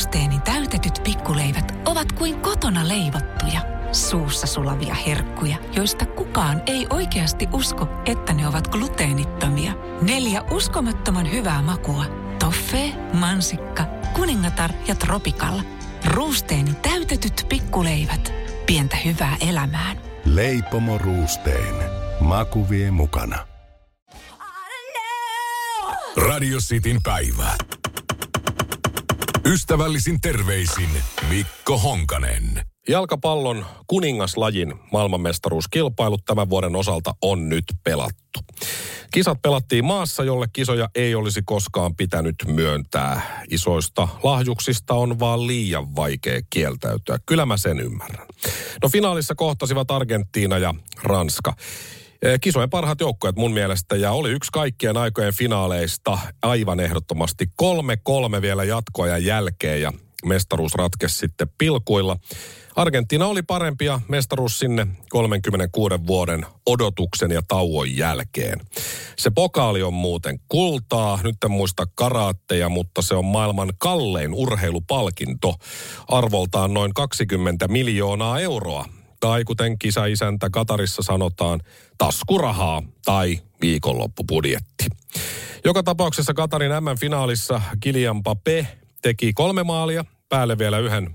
Ruusteeni täytetyt pikkuleivät ovat kuin kotona leivottuja. Suussa sulavia herkkuja, joista kukaan ei oikeasti usko, että ne ovat gluteenittomia. 4 uskomattoman hyvää makua. Toffee, mansikka, kuningatar ja tropikalla. Ruusteeni täytetyt pikkuleivät. Pientä hyvää elämään. Leipomo Ruusteen. Maku vie mukana. Radio Cityn päivä. Ystävällisin terveisin Mikko Honkanen. Jalkapallon kuningaslajin maailmanmestaruuskilpailut tämän vuoden osalta on nyt pelattu. Kisat pelattiin maassa, jolle kisoja ei olisi koskaan pitänyt myöntää. Isoista lahjuksista on vaan liian vaikea kieltäytyä. Kyllä mä sen ymmärrän. No finaalissa kohtasivat Argentiina ja Ranska. Kisojen parhaat joukkueet mun mielestä, ja oli yksi kaikkien aikojen finaaleista aivan ehdottomasti 3-3 vielä jatkoajan jälkeen, ja mestaruus ratkesi sitten pilkuilla. Argentiina oli parempi ja mestaruus sinne 36 vuoden odotuksen ja tauon jälkeen. Se pokaali on muuten kultaa, nyt en muista karaatteja, mutta se on maailman kallein urheilupalkinto, arvoltaan noin 20 miljoonaa euroa. Tai kuten kisaisäntä Katarissa sanotaan, taskurahaa tai viikonloppubudjetti. Joka tapauksessa Katarin MM-finaalissa Kylian Mbappé teki 3 maalia, päälle vielä yhden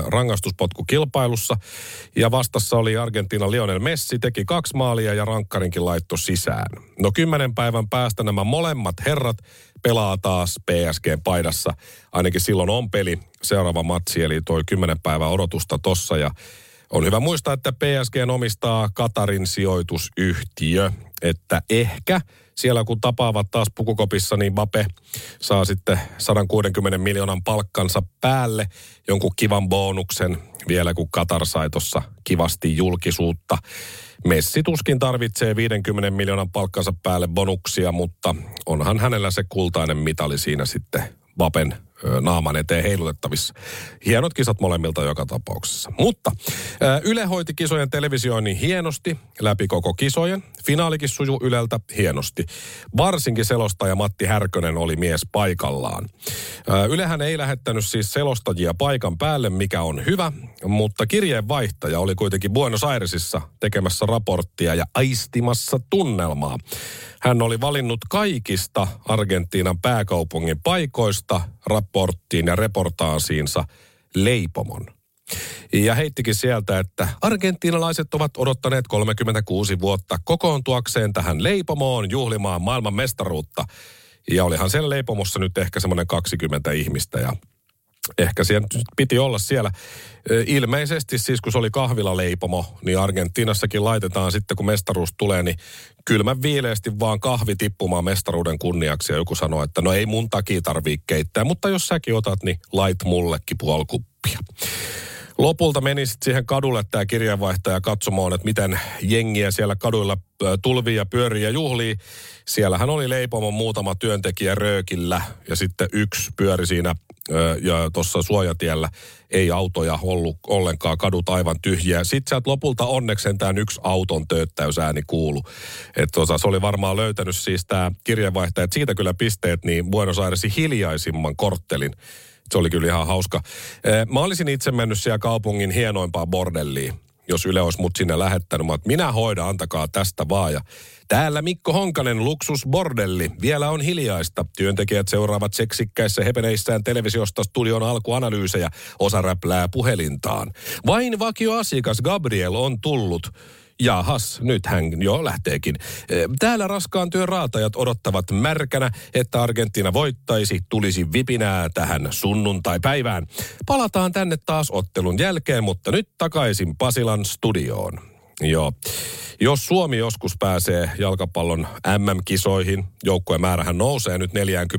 rangaistuspotkukilpailussa. Ja vastassa oli Argentiinan Lionel Messi, teki 2 maalia ja rankkarinkin laittoi sisään. No 10 päivän päästä nämä molemmat herrat pelaa taas PSG-paidassa. Ainakin silloin on peli seuraava matsi, eli toi 10 päivää odotusta tossa. Ja on hyvä muistaa, että PSG:n omistaa Katarin sijoitusyhtiö, että ehkä siellä kun tapaavat taas pukukopissa, niin Mbappé saa sitten 160 miljoonan palkkansa päälle jonkun kivan bonuksen vielä, kun Katar sai tuossa kivasti julkisuutta. Messi tuskin tarvitsee 50 miljoonan palkkansa päälle bonuksia, mutta onhan hänellä se kultainen mitali siinä sitten Mbappén naaman eteen heilutettavissa. Hienot kisat molemmilta joka tapauksessa. Mutta Yle hoiti kisojen televisioinnin hienosti läpi koko kisojen. Finaalikin sujui Yleltä hienosti. Varsinkin selostaja Matti Härkönen oli mies paikallaan. Ylehän ei lähettänyt siis selostajia paikan päälle, mikä on hyvä, mutta kirjeenvaihtaja oli kuitenkin Buenos Airesissa tekemässä raporttia ja aistimassa tunnelmaa. Hän oli valinnut kaikista Argentiinan pääkaupungin paikoista raporttiin ja reportaasiinsa leipomon. Ja heittikin sieltä, että argentiinalaiset ovat odottaneet 36 vuotta kokoontuakseen tähän leipomoon juhlimaan maailman mestaruutta. Ja olihan siellä leipomossa nyt ehkä semmoinen 20 ihmistä ja ehkä siellä piti olla siellä. Ilmeisesti siis, kun se oli kahvilaleipomo, niin Argentiinassakin laitetaan sitten, kun mestaruus tulee, niin kylmän viileesti vaan kahvi tippumaan mestaruuden kunniaksi. Ja joku sanoo, että no ei mun takia tarvitse keittää, mutta jos säkin otat, niin lait mullekin puoli kuppia. Lopulta meni sitten siihen kadulle tämä kirjeenvaihtaja katsomaan, että miten jengiä siellä kaduilla tulvii ja pyörii ja juhlii. Siellähän oli leipomon muutama työntekijä röökillä ja sitten yksi pyöri siinä ja tuossa suojatiellä. Ei autoja ollut ollenkaan, kadut aivan tyhjiä. Sitten sieltä lopulta onneksi sentään yksi auton tööttäysääni kuulu. Että se oli varmaan löytänyt siis tämä kirjeenvaihtaja, että siitä kyllä pisteet niin Buenos Airesin hiljaisimman korttelin. Se oli kyllä ihan hauska. Mä olisin itse mennyt siellä kaupungin hienoimpaan bordelliin, jos Yle olisi mut sinne lähettänyt. Mä, että minä hoidan, antakaa tästä vaan. Ja täällä Mikko Honkanen, luksusbordelli. Vielä on hiljaista. Työntekijät seuraavat seksikkäissä hepeneissään televisiosta studion alkuanalyysejä. Osa räplää puhelintaan. Vain vakioasiakas Gabriel on tullut. Jahas, nyt hän jo lähteekin. Täällä raskaan työn raatajat odottavat märkänä, että Argentiina voittaisi, tulisi vipinää tähän sunnuntai-päivään. Palataan tänne taas ottelun jälkeen, mutta nyt takaisin Pasilan studioon. Joo. Jos Suomi joskus pääsee jalkapallon MM-kisoihin, joukkueen määrähän nousee nyt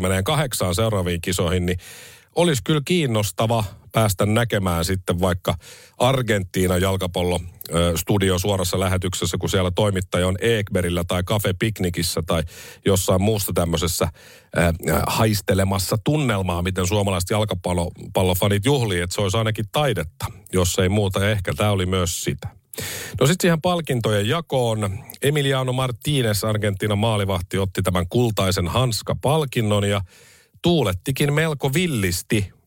48 seuraaviin kisoihin, niin olisi kyllä kiinnostava päästä näkemään sitten vaikka Argentiinan jalkapallostudio suorassa lähetyksessä, kun siellä toimittaja on Ekberillä tai Cafe Picnicissä tai jossain muusta tämmöisessä haistelemassa tunnelmaa, miten suomalaiset jalkapallofanit juhlii, että se olisi ainakin taidetta, jos ei muuta. Ehkä tämä oli myös sitä. No sitten siihen palkintojen jakoon. Emiliano Martínez, Argentiinan maalivahti, otti tämän kultaisen hanskapalkinnon ja tuulettikin melko villisti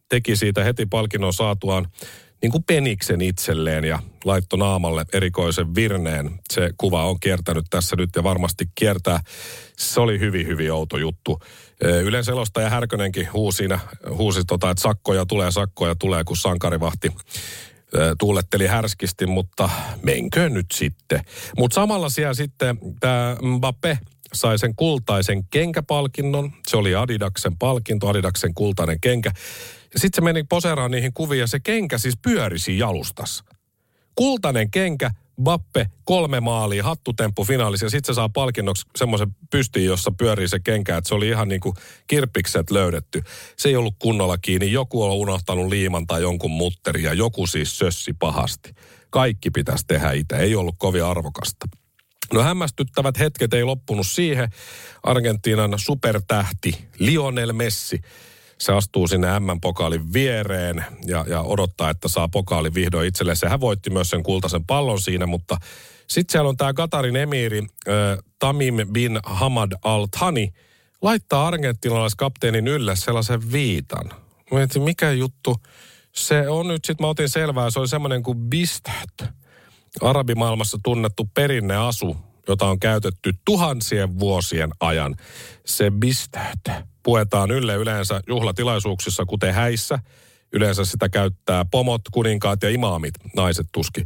teki siitä heti palkinnon saatuaan niin kuin peniksen itselleen ja laittoi naamalle erikoisen virneen. Se kuva on kiertänyt tässä nyt ja varmasti kiertää. Se oli hyvin, hyvin outo juttu. Ylen selostaja Härkönenkin huusi, että sakkoja tulee, kun sankarivahti tuuletteli härskisti, mutta menköön nyt sitten. Mutta samalla siellä sitten tämä Mbappé sai sen kultaisen kenkäpalkinnon. Se oli Adidaksen palkinto, Adidaksen kultainen kenkä. Ja sitten se meni poseeraan niihin kuviin ja se kenkä siis pyörisi jalustassa. Kultainen kenkä, Mbappé, 3 maalia, hattutemppu finaalissa ja sitten se saa palkinnoksi semmoisen pystiin, jossa pyörii se kenkä, että se oli ihan niin kuin kirppikset löydetty. Se ei ollut kunnolla kiinni, joku on unohtanut liiman tai jonkun mutterin ja joku siis sössi pahasti. Kaikki pitäisi tehdä itse, ei ollut kovin arvokasta. No hämmästyttävät hetket ei loppunut siihen. Argentiinan supertähti Lionel Messi, se astuu sinne M-pokaalin viereen ja odottaa, että saa pokaalin vihdoin itselleen. Sehän voitti myös sen kultaisen pallon siinä, mutta sitten siellä on tämä Qatarin emiiri Tamim bin Hamad Al Thani laittaa argentinalaiskapteenin ylle sellaisen viitan. Mä mietin, mikä juttu se on nyt sitten, mä otin selvää, se oli semmoinen kuin bistät. Arabimaailmassa tunnettu perinneasu, jota on käytetty tuhansien vuosien ajan. Se bistät puetaan yleensä juhlatilaisuuksissa, kuten häissä. Yleensä sitä käyttää pomot, kuninkaat ja imaamit, naiset tuskin.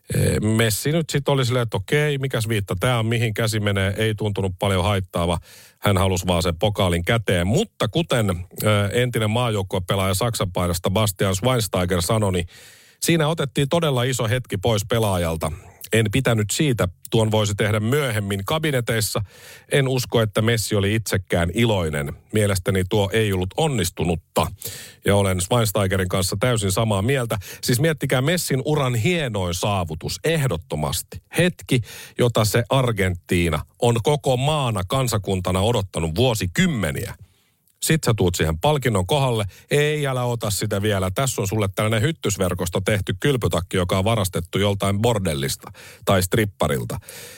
Messi nyt sitten oli silleen, että okei, mikäs viitta tämä on, mihin käsi menee, ei tuntunut paljon haittaava. Hän halusi vaan sen pokaalin käteen. Mutta kuten entinen maajoukkuepelaaja Saksan paidasta Bastian Schweinsteiger sanoi, niin siinä otettiin todella iso hetki pois pelaajalta. En pitänyt siitä, tuon voisi tehdä myöhemmin kabineteissa. En usko, että Messi oli itsekään iloinen. Mielestäni tuo ei ollut onnistunutta. Ja olen Schweinsteigerin kanssa täysin samaa mieltä. Siis miettikää Messin uran hienoin saavutus, ehdottomasti. Hetki, jota se Argentiina on koko maana kansakuntana odottanut vuosikymmeniä. Sitten sä tuut siihen palkinnon kohdalle. Ei, älä ota sitä vielä. Tässä on sulle tällainen hyttysverkosto tehty kylpytakki, joka on varastettu joltain bordellista tai stripparilta.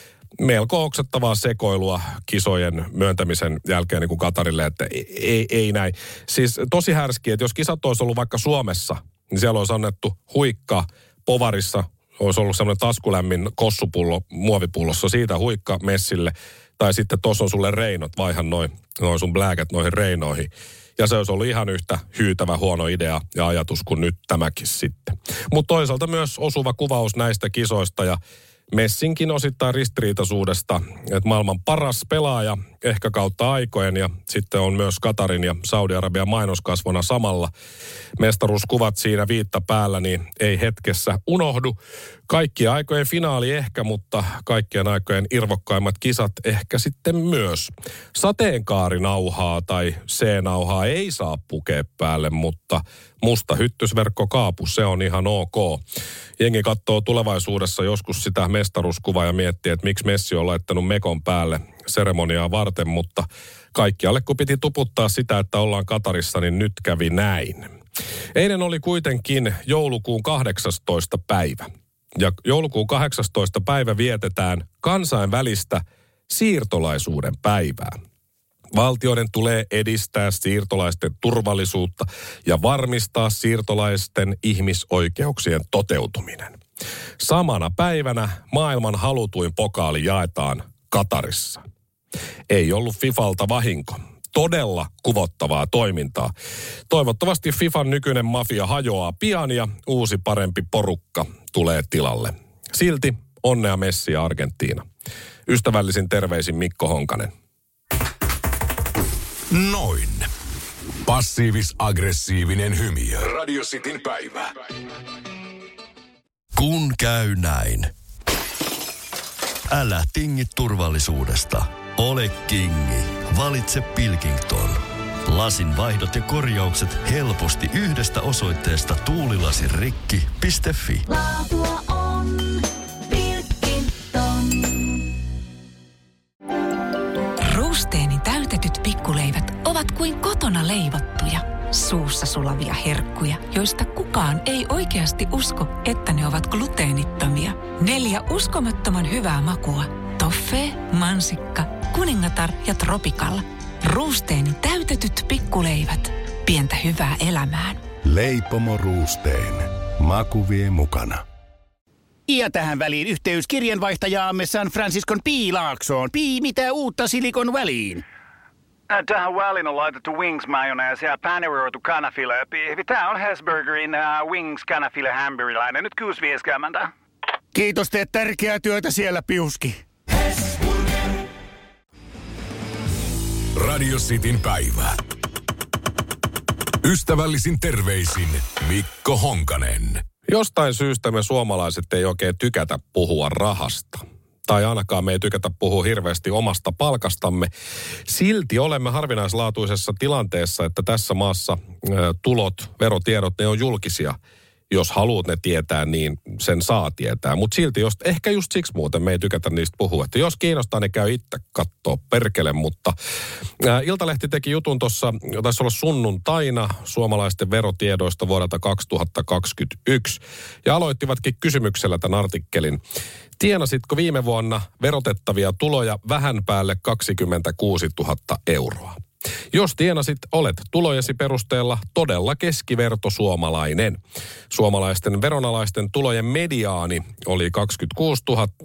Melko oksettavaa sekoilua kisojen myöntämisen jälkeen niin kuin Qatarille, että ei näin. Siis tosi härski, että jos kisat olisi ollut vaikka Suomessa, niin siellä olisi annettu huikka povarissa. Olisi ollut semmoinen taskulämmin kossupullo muovipullossa, siitä huikka Messille. Tai sitten tuossa on sulle reinot, vaihan noin sun bläkät noihin reinoihin. Ja se olisi ollut ihan yhtä hyytävä huono idea ja ajatus kuin nyt tämäkin sitten. Mutta toisaalta myös osuva kuvaus näistä kisoista ja Messinkin osittain ristiriitaisuudesta, että maailman paras pelaaja ehkä kautta aikojen ja sitten on myös Qatarin ja Saudi-Arabian mainoskasvona samalla. Mestaruuskuvat siinä viitta päällä, niin ei hetkessä unohdu. Kaikkien aikojen finaali ehkä, mutta kaikkien aikojen irvokkaimmat kisat ehkä sitten myös. Sateenkaarinauhaa tai C-nauhaa ei saa pukea päälle, mutta musta hyttysverkko kaapu, se on ihan ok. Jengi katsoo tulevaisuudessa joskus sitä mestaruuskuvaa ja miettii, että miksi Messi on laittanut mekon päälle seremoniaa varten, mutta kaikkialle kun piti tuputtaa sitä, että ollaan Qatarissa, niin nyt kävi näin. Eilen oli kuitenkin joulukuun 18. päivä. Ja joulukuun 18. päivä vietetään kansainvälistä siirtolaisuuden päivää. Valtioiden tulee edistää siirtolaisten turvallisuutta ja varmistaa siirtolaisten ihmisoikeuksien toteutuminen. Samana päivänä maailman halutuin pokaali jaetaan Qatarissa. Ei ollut Fifalta vahinko. Todella kuvottavaa toimintaa. Toivottavasti Fifan nykyinen mafia hajoaa pian ja uusi parempi porukka tulee tilalle. Silti onnea Messi ja Argentiina. Ystävällisin terveisin Mikko Honkanen. Noin. Passiivis-aggressiivinen hymiö. Radio Cityn päivä. Kun käy näin. Älä tingi turvallisuudesta. Ole kingi. Valitse Pilkington. Lasin vaihdot ja korjaukset helposti yhdestä osoitteesta tuulilasirikki.fi. Laatua on Pilkington. Ruusteeni täytetyt pikkuleivät ovat kuin kotona leivottuja, suussa sulavia herkkuja, joista kukaan ei oikeasti usko, että ne ovat gluteenittomia. 4 uskomattoman hyvää makua. Toffee, mansikka, kuningatar ja tropikalla. Ruusteeni täytetyt pikkuleivät. Pientä hyvää elämään. Leipomo Roosteen. Maku vie mukana. Ja tähän väliin yhteys kirjanvaihtajaamme San Franciscon P. Laaksoon. Mitä uutta Silikon väliin? Tähän väliin on laitettu wings mayonnaise ja paneroitu kanafila. Tämä on Hesburgerin wings kanafila hamburilainen. Nyt 6.50. Kiitos, teet tärkeää työtä siellä, Piuski. Radio Cityn päivä. Ystävällisin terveisin Mikko Honkanen. Jostain syystä me suomalaiset ei oikein tykätä puhua rahasta. Tai ainakaan me ei tykätä puhua hirveästi omasta palkastamme. Silti olemme harvinaislaatuisessa tilanteessa, että tässä maassa tulot, verotiedot, ne on julkisia. Jos haluat ne tietää, niin sen saa tietää. Mutta silti, ehkä just siksi muuten me ei tykätä niistä puhua. Että jos kiinnostaa, ne käy itse kattoo perkele. Mutta Iltalehti teki jutun tuossa, taisi olla sunnuntaina, suomalaisten verotiedoista vuodelta 2021. Ja aloittivatkin kysymyksellä tämän artikkelin. Tienasitko viime vuonna verotettavia tuloja vähän päälle 26 000 euroa? Jos tienasit, olet tulojesi perusteella todella keskivertosuomalainen. Suomalaisten veronalaisten tulojen mediaani oli 26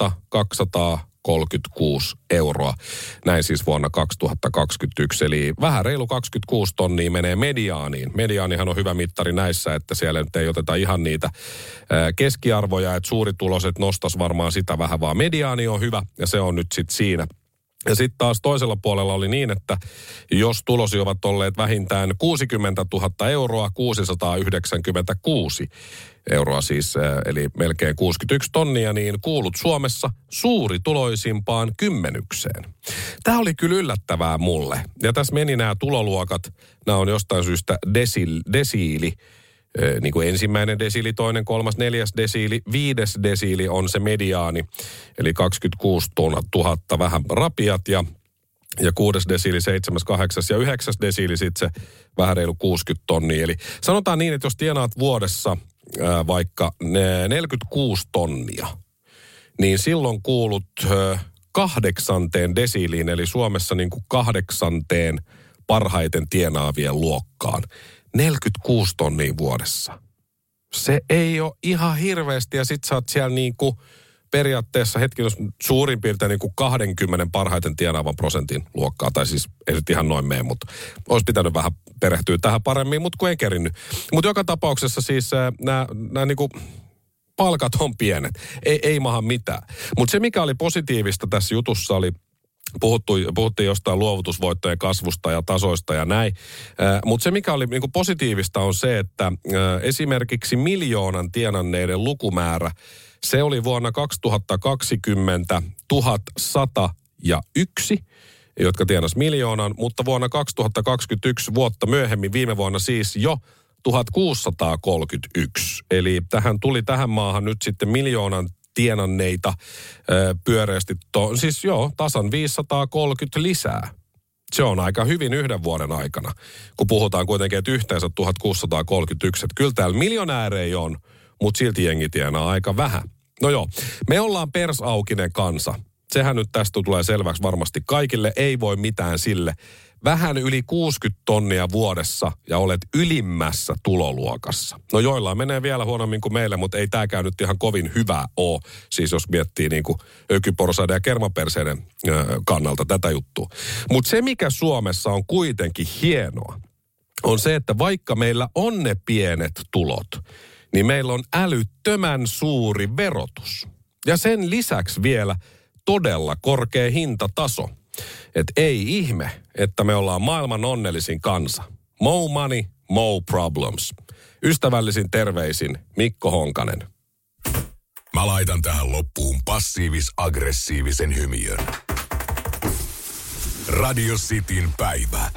236 euroa. Näin siis vuonna 2021, eli vähän reilu 26 tonnia menee mediaaniin. Mediaanihan on hyvä mittari näissä, että siellä nyt ei oteta ihan niitä keskiarvoja, että suurituloiset nostas varmaan sitä vähän, vaan mediaani on hyvä ja se on nyt sitten siinä. Ja sitten taas toisella puolella oli niin, että jos tulosi ovat olleet vähintään 60 000 euroa, 696 euroa siis, eli melkein 61 tonnia, niin kuulut Suomessa suurituloisimpaan kymmenykseen. Tämä oli kyllä yllättävää mulle. Ja tässä meni nämä tuloluokat, nämä on jostain syystä desiili. Niin kuin ensimmäinen desiili, toinen, kolmas, neljäs desiili, 5. desiili on se mediaani, eli 26 000 vähän rapiat ja 6. desiili, 7., 8. ja 9. desiili sitten se vähän reilu 60 tonnia. Eli sanotaan niin, että jos tienaat vuodessa vaikka 46 tonnia, niin silloin kuulut 8. desiiliin, eli Suomessa niin kuin 8. parhaiten tienaavien luokkaan. 46 tonnia vuodessa. Se ei ole ihan hirveästi ja sit sä oot siellä niinku periaatteessa suurin piirtein niinku 20 parhaiten tienaavan prosentin luokkaa. Tai siis ei nyt ihan noin mene, mutta olisi pitänyt vähän perehtyä tähän paremmin, mutta kun ei kerinnyt. Mutta joka tapauksessa siis nämä niinku palkat on pienet. Ei maha mitään. Mutta se mikä oli positiivista tässä jutussa oli, puhuttiin jostain luovutusvoittojen kasvusta ja tasoista ja näin. Mutta se, mikä oli niinku positiivista, on se, että esimerkiksi 1 000 000 tienanneiden lukumäärä, se oli vuonna 2020 1101, jotka tienas 1 000 000, mutta vuonna 2021 vuotta myöhemmin, viime vuonna siis jo 1631. Eli tähän maahan nyt sitten 1 000 000 tienanneita pyöreästi, siis tasan 530 lisää. Se on aika hyvin yhden vuoden aikana, kun puhutaan kuitenkin, että yhteensä 1631. Että kyllä täällä miljonäärejä on, mutta silti jengi tienaa aika vähän. No joo, me ollaan persaukinen kansa. Sehän nyt tästä tulee selväksi varmasti kaikille. Ei voi mitään sille. Vähän yli 60 tonnia vuodessa ja olet ylimmässä tuloluokassa. No joillain menee vielä huonommin kuin meillä, mutta ei tääkään nyt ihan kovin hyvä ole. Siis jos miettii niin kuin ökyporsaiden ja kermaperseiden kannalta tätä juttua. Mutta se mikä Suomessa on kuitenkin hienoa, on se, että vaikka meillä on ne pienet tulot, niin meillä on älyttömän suuri verotus. Ja sen lisäksi vielä todella korkea hintataso. Että ei ihme, että me ollaan maailman onnellisin kansa. Mo money, mo problems. Ystävällisin terveisin Mikko Honkanen. Mä laitan tähän loppuun passiivis-aggressiivisen hymiön. Radio Cityn päivä.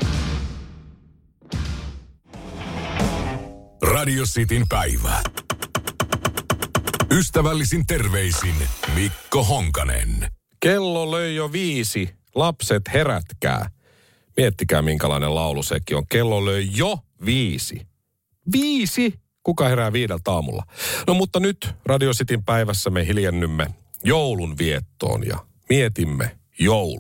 Radio Cityn päivä. Ystävällisin terveisin Mikko Honkanen. Kello löi jo 5. Lapset herätkää. Miettikää minkälainen laulu sekin on. Kello löi jo 5. 5? Kuka herää 5 aamulla? No mutta nyt Radio Cityn päivässä me hiljennymme joulun viettoon ja mietimme joulua.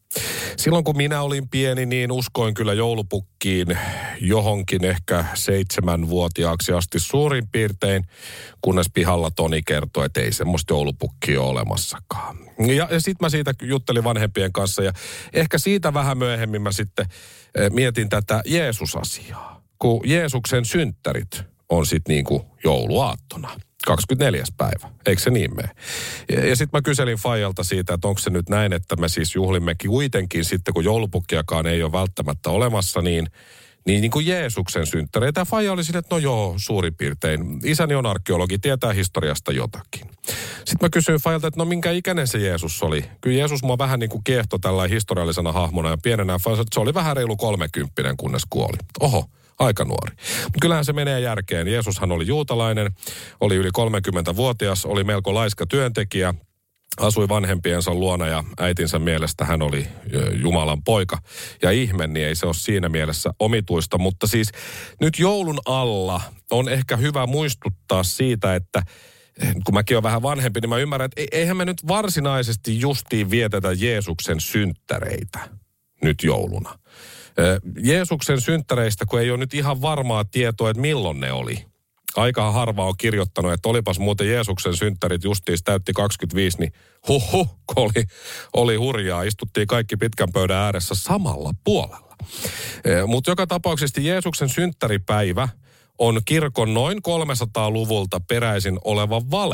Silloin kun minä olin pieni, niin uskoin kyllä joulupukkiin johonkin ehkä 7-vuotiaaksi asti suurin piirtein, kunnes pihalla Toni kertoi, että ei semmoista joulupukkia ole olemassakaan. Ja sitten mä siitä juttelin vanhempien kanssa ja ehkä siitä vähän myöhemmin mä sitten mietin tätä Jeesus-asiaa. Kun Jeesuksen synttärit on sitten niin kuin jouluaattona. 24. päivä, eikö se niin mene? Ja sitten mä kyselin Fajalta siitä, että onko se nyt näin, että me siis juhlimmekin kuitenkin sitten, kun joulupukkiakaan ei ole välttämättä olemassa, niin kuin Jeesuksen synttäreitä. Ja Faija oli siinä, että no joo, suurin piirtein. Isäni on arkeologi, tietää historiasta jotakin. Sitten mä kysyin Fajalta, että no minkä ikäinen se Jeesus oli? Kyllä Jeesus mua vähän niin kuin kiehtoi tällainen historiallisena hahmona ja pienenä. Faija, että se oli vähän reilu 30, kunnes kuoli. Oho. Aika nuori. Mutta kyllähän se menee järkeen. Jeesushan oli juutalainen, oli yli 30-vuotias, oli melko laiska työntekijä, asui vanhempiensa luona ja äitinsä mielestä hän oli Jumalan poika. Ja ihme, niin ei se ole siinä mielessä omituista. Mutta siis nyt joulun alla on ehkä hyvä muistuttaa siitä, että kun mäkin olen vähän vanhempi, niin mä ymmärrän, että eihän me nyt varsinaisesti justiin vietetä Jeesuksen synttäreitä nyt jouluna. Jeesuksen synttäreistä, kun ei ole nyt ihan varmaa tietoa, että milloin ne oli. Aika harva on kirjoittanut, että olipas muuten Jeesuksen synttärit justiis täytti 25, niin kun oli hurjaa. Istuttiin kaikki pitkän pöydän ääressä samalla puolella. Mutta joka tapauksessa Jeesuksen synttäripäivä on kirkon noin 300-luvulta peräisin oleva vale.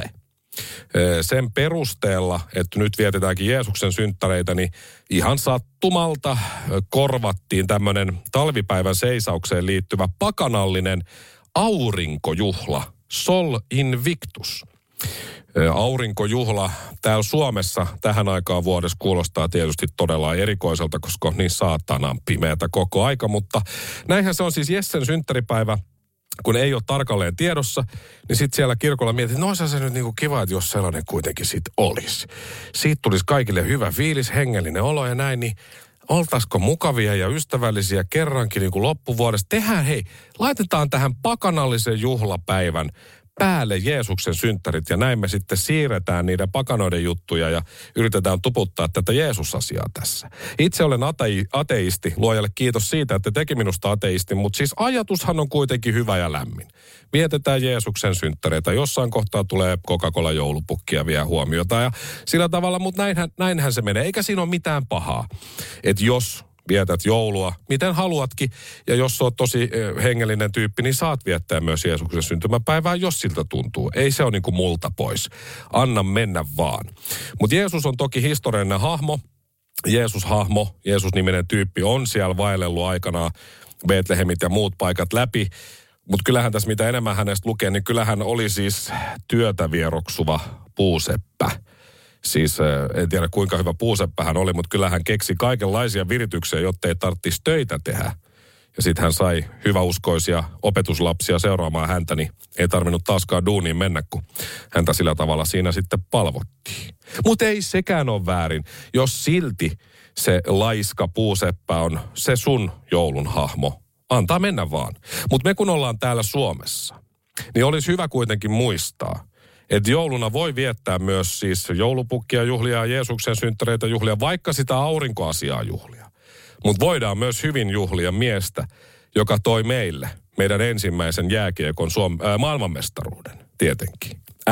Sen perusteella, että nyt vietetäänkin Jeesuksen synttäreitä, niin ihan sattumalta korvattiin tämmöinen talvipäivän seisaukseen liittyvä pakanallinen aurinkojuhla, Sol Invictus. Aurinkojuhla täällä Suomessa tähän aikaan vuodessa kuulostaa tietysti todella erikoiselta, koska niin saatanan pimeätä koko aika, mutta näinhän se on siis Jessen synttäripäivä. Kun ei ole tarkalleen tiedossa, niin sitten siellä kirkolla mietit, että no olisi se nyt niinku kiva, että jos sellainen kuitenkin sitten olisi. Siitä tulisi kaikille hyvä fiilis, hengellinen olo ja näin, niin oltaisiko mukavia ja ystävällisiä kerrankin niin kuin loppuvuodesta. Laitetaan tähän pakanallisen juhlapäivän päälle Jeesuksen synttärit ja näin me sitten siirretään niiden pakanoiden juttuja ja yritetään tuputtaa tätä Jeesus-asiaa tässä. Itse olen ateisti, luojalle kiitos siitä, että teki minusta ateistin, mutta siis ajatushan on kuitenkin hyvä ja lämmin. Vietetään Jeesuksen synttäreitä, jossain kohtaa tulee Coca-Cola joulupukkia vielä huomiota ja sillä tavalla, mutta näinhän se menee, eikä siinä ole mitään pahaa, että jos vietät joulua, miten haluatkin. Ja jos olet tosi hengellinen tyyppi, niin saat viettää myös Jeesuksen syntymäpäivää, jos siltä tuntuu. Ei se ole niin kuin multa pois. Anna mennä vaan. Mutta Jeesus on toki historiallinen hahmo. Jeesus-niminen tyyppi on siellä vaellellut aikanaan Betlehemit ja muut paikat läpi. Mutta kyllähän tässä mitä enemmän hänestä lukee, niin kyllähän oli siis työtä vieroksuva puuseppä. Siis en tiedä kuinka hyvä puuseppä hän oli, mutta kyllä hän keksi kaikenlaisia virityksiä, jotta ei tarvitsisi töitä tehdä. Ja sitten hän sai hyväuskoisia opetuslapsia seuraamaan häntä, niin ei tarvinnut taaskaan duuniin mennä, kun häntä sillä tavalla siinä sitten palvottiin. Mutta ei sekään ole väärin, jos silti se laiska puuseppä on se sun joulun hahmo. Antaa mennä vaan. Mutta me kun ollaan täällä Suomessa, niin olisi hyvä kuitenkin muistaa, että jouluna voi viettää myös siis joulupukkia juhlia, Jeesuksen synttäreitä juhlia, vaikka sitä aurinkoasiaa juhlia. Mutta voidaan myös hyvin juhlia miestä, joka toi meille meidän ensimmäisen jääkiekon maailmanmestaruuden, tietenkin.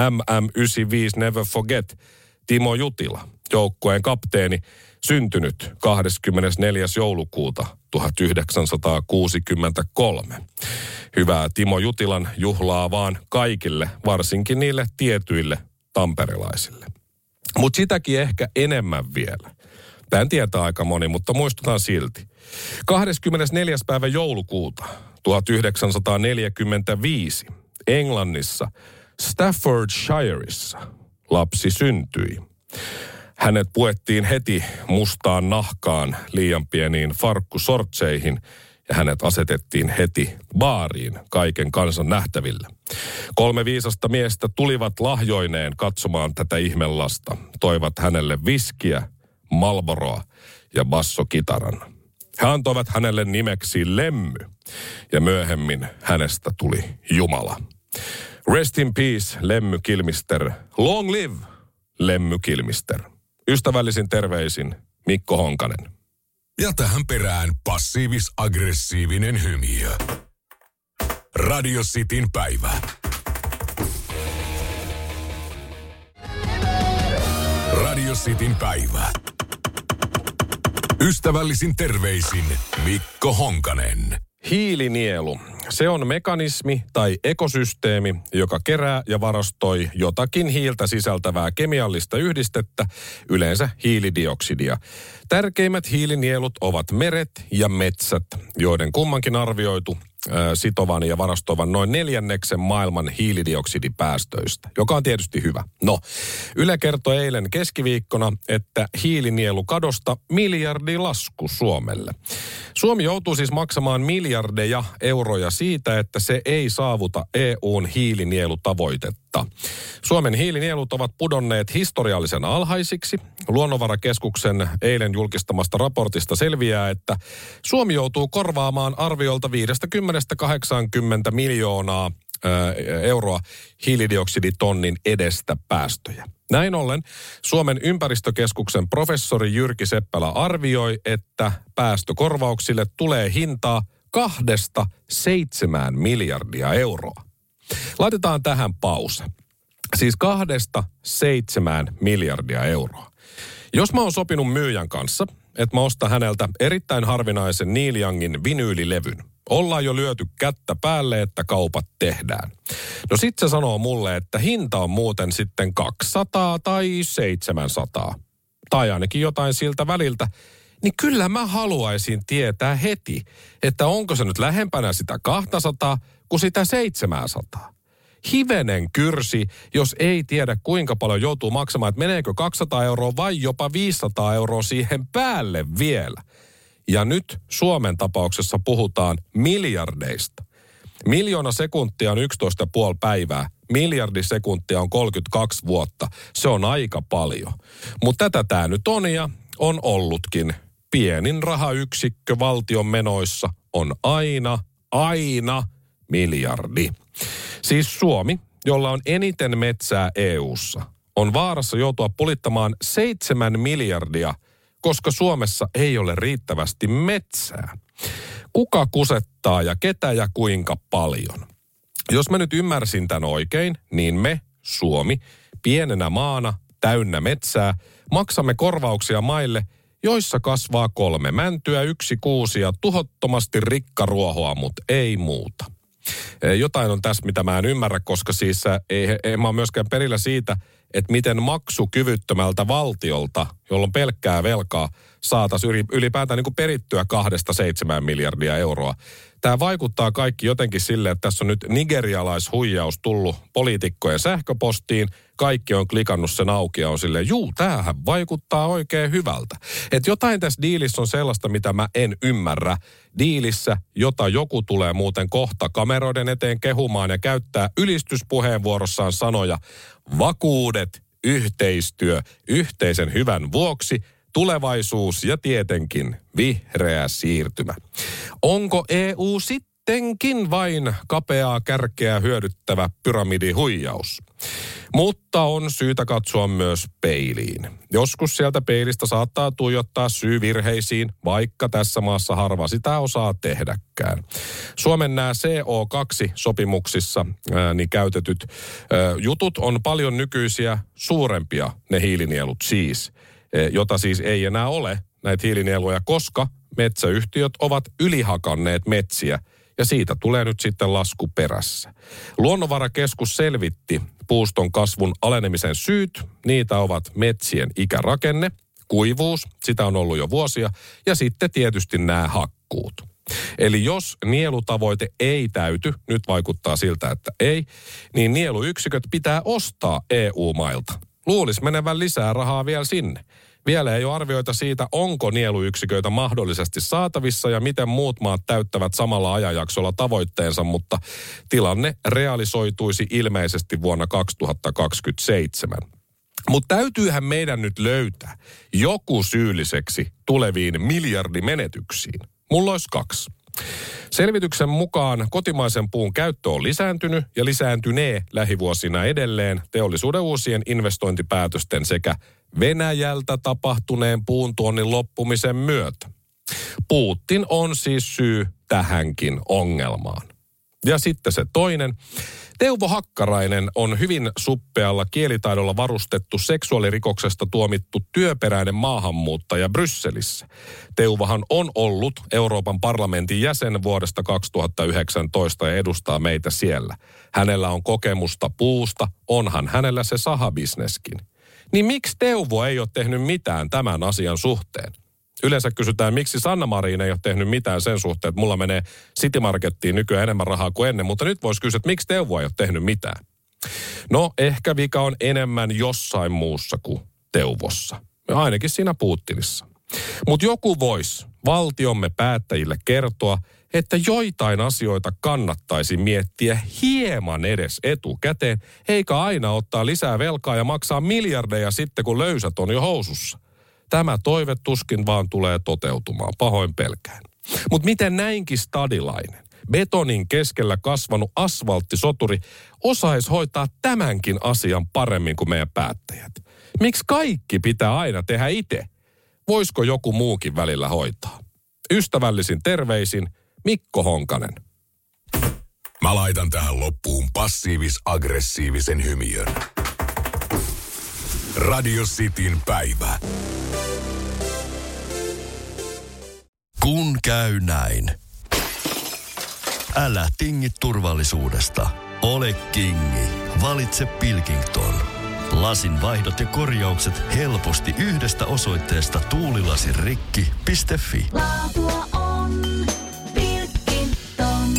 MM95 Never Forget, Timo Jutila, joukkueen kapteeni, syntynyt 24. joulukuuta 1963. Hyvää Timo Jutilan juhlaa vaan kaikille, varsinkin niille tietyille tamperelaisille. Mutta sitäkin ehkä enemmän vielä. Tämän tietää aika moni, mutta muistutan silti. 24. päivä joulukuuta 1945 Englannissa Staffordshireissa lapsi syntyi. Hänet puettiin heti mustaan nahkaan liian pieniin farkkusortseihin ja hänet asetettiin heti baariin kaiken kansan nähtäville. 3 viisasta miestä tulivat lahjoineen katsomaan tätä ihmelasta. Toivat hänelle viskiä, Marlboroa ja bassokitaran. He antoivat hänelle nimeksi Lemmy ja myöhemmin hänestä tuli Jumala. Rest in peace, Lemmy Kilmister. Long live, Lemmy Kilmister. Ystävällisin terveisin Mikko Honkanen. Ja tähän perään passiivis-aggressiivinen hymiö. Radio Cityn päivä. Radio Cityn päivä. Ystävällisin terveisin Mikko Honkanen. Hiilinielu. Se on mekanismi tai ekosysteemi, joka kerää ja varastoi jotakin hiiltä sisältävää kemiallista yhdistettä, yleensä hiilidioksidia. Tärkeimmät hiilinielut ovat meret ja metsät, joiden kummankin arvioitu sitovan ja varastoivan noin 1/4 maailman hiilidioksidipäästöistä, joka on tietysti hyvä. No, Yle kertoi eilen keskiviikkona, että hiilinielukadosta miljardilasku Suomelle. Suomi joutuu siis maksamaan miljardeja euroja siitä, että se ei saavuta EU:n hiilinielutavoitetta. Suomen hiilinielut ovat pudonneet historiallisen alhaisiksi. Luonnonvarakeskuksen eilen julkistamasta raportista selviää, että Suomi joutuu korvaamaan arviolta 50-80 miljoonaa euroa hiilidioksiditonnin edestä päästöjä. Näin ollen Suomen ympäristökeskuksen professori Jyrki Seppälä arvioi, että päästökorvauksille tulee hintaa 2-7 miljardia euroa. Laitetaan tähän pause. Siis 2-7 miljardia euroa. Jos mä oon sopinut myyjän kanssa, että mä ostan häneltä erittäin harvinaisen Neil Youngin vinyylilevyn, ollaan jo lyöty kättä päälle, että kaupat tehdään. No sit se sanoo mulle, että hinta on muuten sitten 200 tai 700. Tai ainakin jotain siltä väliltä. Niin kyllä mä haluaisin tietää heti, että onko se nyt lähempänä sitä 200 kuin sitä 700. Hivenen kyrsi, jos ei tiedä kuinka paljon joutuu maksamaan, että meneekö 200 euroa vai jopa 500 euroa siihen päälle vielä. Ja nyt Suomen tapauksessa puhutaan miljardeista. 1 000 000 sekuntia on 11,5 päivää. 1 000 000 sekuntia on 32 vuotta. Se on aika paljon. Mutta tätä tämä nyt on ja on ollutkin. Pienin rahayksikkö valtion menoissa on aina miljardi. Siis Suomi, jolla on eniten metsää EU:ssa, on vaarassa joutua pulittamaan 7 miljardia, koska Suomessa ei ole riittävästi metsää. Kuka kusettaa ja ketä ja kuinka paljon? Jos mä nyt ymmärsin tämän oikein, niin me, Suomi, pienenä maana, täynnä metsää, maksamme korvauksia maille, joissa kasvaa 3 mäntyä, 1 kuusi ja tuhottomasti rikkaruohoa, mutta ei muuta. Jotain on tässä, mitä mä en ymmärrä, koska siis ei mä ole myöskään perillä siitä, että miten maksukyvyttömältä valtiolta, jolla on pelkkää velkaa, saataisiin ylipäätään niin kuin perittyä 2-7 miljardia euroa. Tämä vaikuttaa kaikki jotenkin silleen, että tässä on nyt nigerialaishuijaus tullut poliitikkojen sähköpostiin. Kaikki on klikannut sen auki ja on silleen, tämähän vaikuttaa oikein hyvältä. Että jotain tässä diilissä on sellaista, mitä mä en ymmärrä. Diilissä, jota joku tulee muuten kohta kameroiden eteen kehumaan ja käyttää ylistyspuheenvuorossaan sanoja vakuudet, yhteistyö, yhteisen hyvän vuoksi, tulevaisuus ja tietenkin vihreä siirtymä. Onko EU sittenkin vain kapeaa kärkeä hyödyttävä pyramidihuijaus? Mutta on syytä katsoa myös peiliin. Joskus sieltä peilistä saattaa tuijottaa syy virheisiin, vaikka tässä maassa harva sitä osaa tehdäkään. Suomen nämä CO2-sopimuksissa niin käytetyt jutut on paljon nykyisiä suurempia, ne hiilinielut siis, jota siis ei enää ole näitä hiilinieluja, koska metsäyhtiöt ovat ylihakanneet metsiä ja siitä tulee nyt sitten lasku perässä. Luonnonvarakeskus selvitti puuston kasvun alenemisen syyt. Niitä ovat metsien ikärakenne, kuivuus, sitä on ollut jo vuosia, ja sitten tietysti nämä hakkuut. Eli jos nielutavoite ei täyty, nyt vaikuttaa siltä, että ei, niin nieluyksiköt pitää ostaa EU-mailta. Luulisi menevän lisää rahaa vielä sinne. Vielä ei ole arvioita siitä, onko nieluyksiköitä mahdollisesti saatavissa ja miten muut maat täyttävät samalla ajanjaksolla tavoitteensa, mutta tilanne realisoituisi ilmeisesti vuonna 2027. Mutta täytyyhän meidän nyt löytää joku syylliseksi tuleviin miljardimenetyksiin. Mulla olisi 2. Selvityksen mukaan kotimaisen puun käyttö on lisääntynyt ja lisääntynee lähivuosina edelleen teollisuuden uusien investointipäätösten sekä Venäjältä tapahtuneen puuntuonnin loppumisen myötä. Putin on siis syy tähänkin ongelmaan. Ja sitten se toinen. Teuvo Hakkarainen on hyvin suppealla kielitaidolla varustettu seksuaalirikoksesta tuomittu työperäinen maahanmuuttaja Brysselissä. Teuvohan on ollut Euroopan parlamentin jäsen vuodesta 2019 ja edustaa meitä siellä. Hänellä on kokemusta puusta, onhan hänellä se sahabisneskin. Niin miksi Teuvo ei ole tehnyt mitään tämän asian suhteen? Yleensä kysytään, miksi Sanna Marin ei ole tehnyt mitään sen suhteen, että mulla menee City Markettiin nykyään enemmän rahaa kuin ennen, mutta nyt voisi kysyä, että miksi Teuvo ei ole tehnyt mitään. No, ehkä vika on enemmän jossain muussa kuin Teuvossa. Ja ainakin siinä Putinissa. Mutta joku voisi valtiomme päättäjille kertoa, että joitain asioita kannattaisi miettiä hieman edes etukäteen, eikä aina ottaa lisää velkaa ja maksaa miljardeja sitten, kun löysät on jo housussa. Tämä toive tuskin vaan tulee toteutumaan, pahoin pelkään. Mutta miten näinkin stadilainen, betonin keskellä kasvanut asfalttisoturi osaisi hoitaa tämänkin asian paremmin kuin meidän päättäjät? Miksi kaikki pitää aina tehdä itse? Voisiko joku muukin välillä hoitaa? Ystävällisin terveisin Mikko Honkanen. Mä laitan tähän loppuun passiivis-aggressiivisen hymiön. Radio Cityn päivä. Kun käy näin. Älä tingi turvallisuudesta. Ole kingi. Valitse Pilkington. Lasin vaihdot ja korjaukset helposti yhdestä osoitteesta tuulilasirikki.fi. Laatua on Pilkington.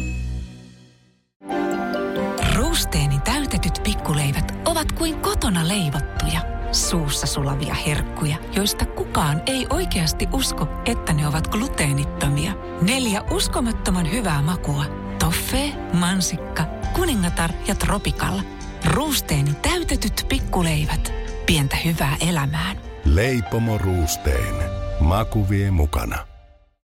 Ruusteeni täytetyt pikkuleivät ovat kuin kotona leivottuja. Suussa sulavia herkkuja, joista kukaan ei oikeasti usko, että ne ovat gluteenittomia. 4 uskomattoman hyvää makua. Toffee, mansikka, kuningatar ja tropikalla. Ruusteeni täytetyt pikkuleivät. Pientä hyvää elämään. Leipomo Ruusteen. Maku vie mukana.